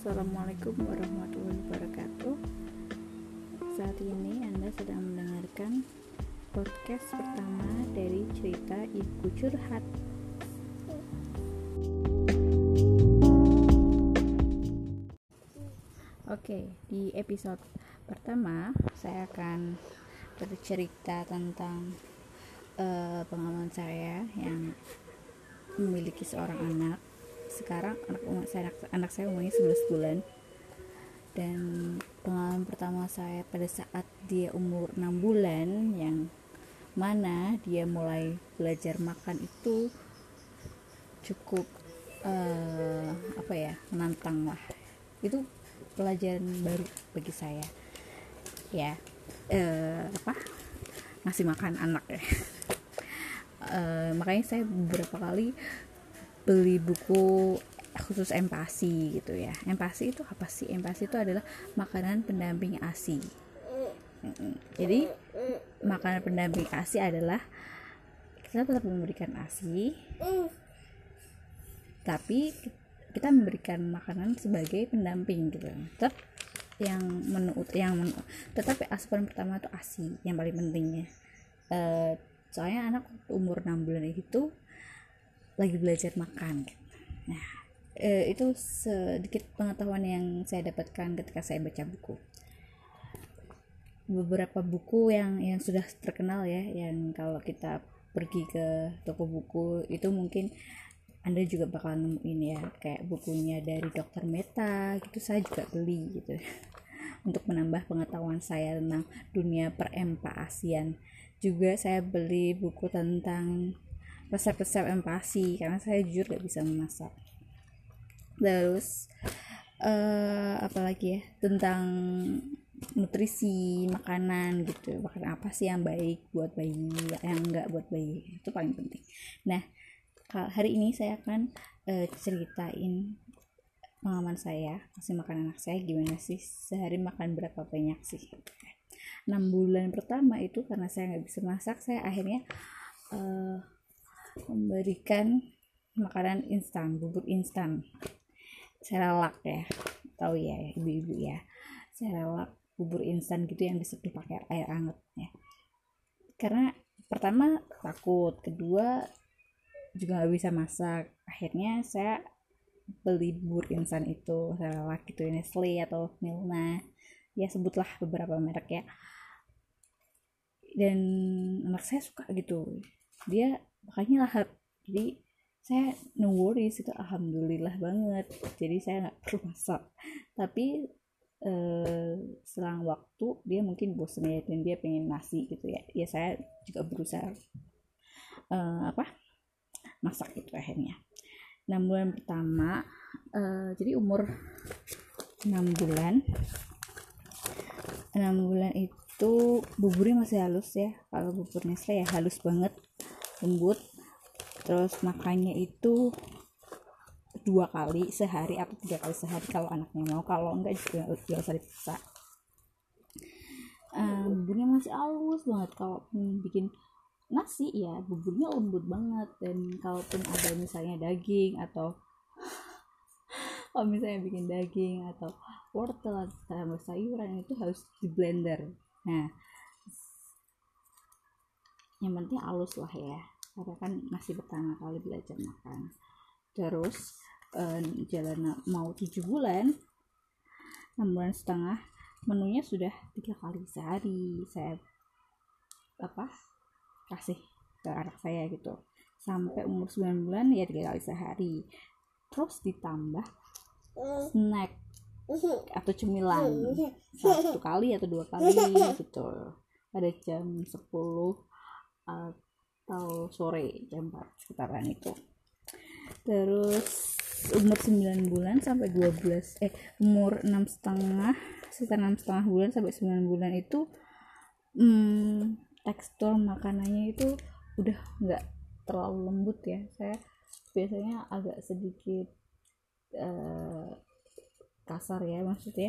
Assalamualaikum warahmatullahi wabarakatuh. Saat ini Anda sedang mendengarkan podcast pertama dari cerita Ibu Curhat. Oke, di episode pertama saya akan bercerita tentang pengalaman saya yang memiliki seorang anak. Sekarang anak saya umurnya 11 bulan, dan pengalaman pertama saya pada saat dia umur 6 bulan yang mana dia mulai belajar makan itu cukup menantang lah. Itu pelajaran baru bagi saya ya, ngasih makan anak ya. Makanya saya beberapa kali beli buku khusus empasi gitu ya. Empasi itu apa sih? Empasi itu adalah makanan pendamping ASI. Jadi makanan pendamping ASI adalah kita tetap memberikan ASI, tapi kita memberikan makanan sebagai pendamping gitu. Tetap tetap asupan pertama itu ASI yang paling pentingnya. Soalnya anak umur 6 bulan itu lagi belajar makan. Nah, itu sedikit pengetahuan yang saya dapatkan ketika saya baca buku. Beberapa buku yang sudah terkenal ya, yang kalau kita pergi ke toko buku itu mungkin Anda juga bakal nemuin ya, kayak bukunya dari Dr. Meta gitu, saya juga beli gitu untuk menambah pengetahuan saya tentang dunia perempasian. Juga saya beli buku tentang resep-resep empasi karena saya jujur gak bisa memasak. Terus apalagi ya, tentang nutrisi makanan gitu, makan apa sih yang baik buat bayi, yang enggak buat bayi, itu paling penting. Nah, hari ini saya akan ceritain pengalaman saya kasih makan anak saya. Gimana sih, sehari makan berapa banyak sih. 6 bulan pertama itu karena saya gak bisa masak, saya akhirnya memberikan makanan instan, bubur instan, Cerelac ya, tahu ya ibu-ibu ya, Cerelac bubur instan gitu yang diseduh pakai air hangat ya. Karena pertama takut, kedua juga nggak bisa masak, akhirnya saya beli bubur instan itu Cerelac gitu, Nestle atau Milna ya, sebutlah beberapa merek ya. Dan anak saya suka gitu, dia makanya lahap. Jadi saya no worries, itu alhamdulillah banget. Jadi saya nggak perlu masak. Tapi selang waktu dia mungkin bosan ya, dan dia pengen nasi gitu ya. Ya saya juga berusaha masak gitu akhirnya. 6 bulan pertama, jadi umur 6 bulan itu buburnya masih halus ya. Kalau bubur Nestle ya halus banget, lembut. Terus makannya itu 2 kali sehari atau 3 kali sehari kalau anaknya mau, kalau enggak juga gak usah dipaksa. Buburnya masih halus banget. Kalau bikin nasi ya buburnya lembut banget. Dan kalaupun ada misalnya daging atau kalau misalnya bikin daging atau wortel atau sayuran, itu harus di blender. Nah, yang penting halus lah ya, karena kan masih pertama kali belajar makan. Terus jalan mau 7 bulan, 6 bulan setengah, menunya sudah 3 kali sehari saya kasih ke anak saya gitu. Sampai umur 9 bulan ya 3 kali sehari. Terus ditambah snack atau cemilan 1 kali atau 2 kali gitu pada jam 10 atau sore jam 4 sekitaran itu. Terus umur 9 bulan sampai 12 umur 6,5 sekitar 6,5 bulan sampai 9 bulan itu tekstur makanannya itu udah nggak terlalu lembut ya. Saya biasanya agak sedikit kasar ya, maksudnya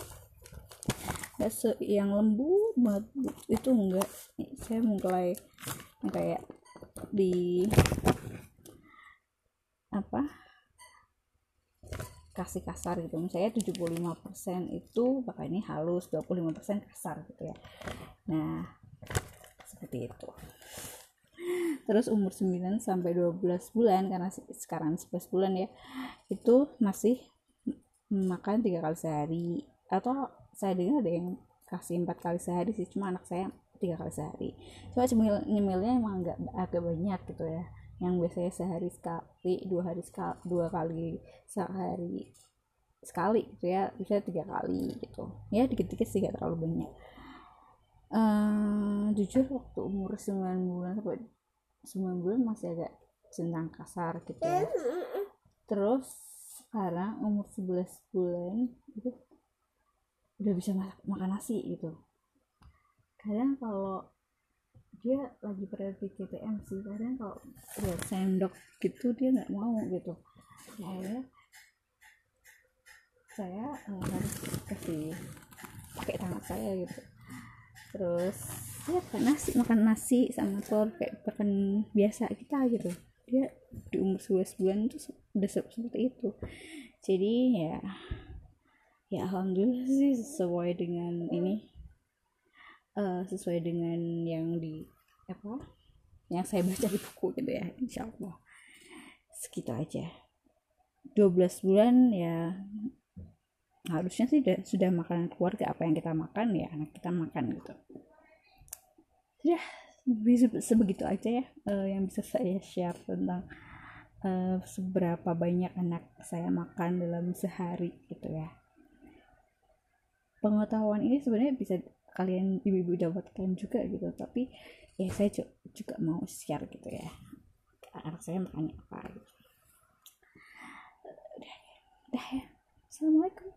yang lembut banget itu enggak. Saya mulai kayak di kasih kasar gitu. Misalnya 75% itu bakal ini halus, 25% kasar gitu ya. Nah, seperti itu. Terus umur 9 sampai 12 bulan, karena sekarang 11 bulan ya, itu masih makan 3 kali sehari, atau saya dengar ada yang kasih 4 kali sehari sih, cuma anak saya 3 kali sehari. Cuma nyemilnya emang agak banyak gitu ya, yang biasanya sehari sekali, 2 kali sehari sekali gitu ya, bisa 3 kali gitu ya, dikit-dikit sih, gak terlalu banyak. Jujur waktu umur 9 bulan sampai 9 bulan masih agak centang kasar gitu ya. Terus sekarang umur 11 bulan itu udah bisa makan nasi gitu. Kadang kalau dia lagi periode GTM sih, kadang kalau lihat sendok gitu dia nggak mau gitu ya, saya harus kasih pakai tangan saya gitu. Terus ya makan nasi sama telur kayak makan biasa kita gitu. Dia di umur 11 bulan itu udah seperti itu. Jadi ya alhamdulillah sih sesuai dengan ini, sesuai dengan yang yang saya baca di buku gitu ya. Insyaallah segitu aja. 12 bulan ya harusnya sih sudah makanan keluarga, apa yang kita makan ya anak kita makan gitu. Ya sebegitu aja ya yang bisa saya share tentang seberapa banyak anak saya makan dalam sehari gitu ya. Pengetahuan ini sebenarnya bisa kalian ibu-ibu dapatkan juga gitu, tapi ya saya juga mau share gitu ya, anak saya makannya apa gitu. Udah ya, assalamualaikum.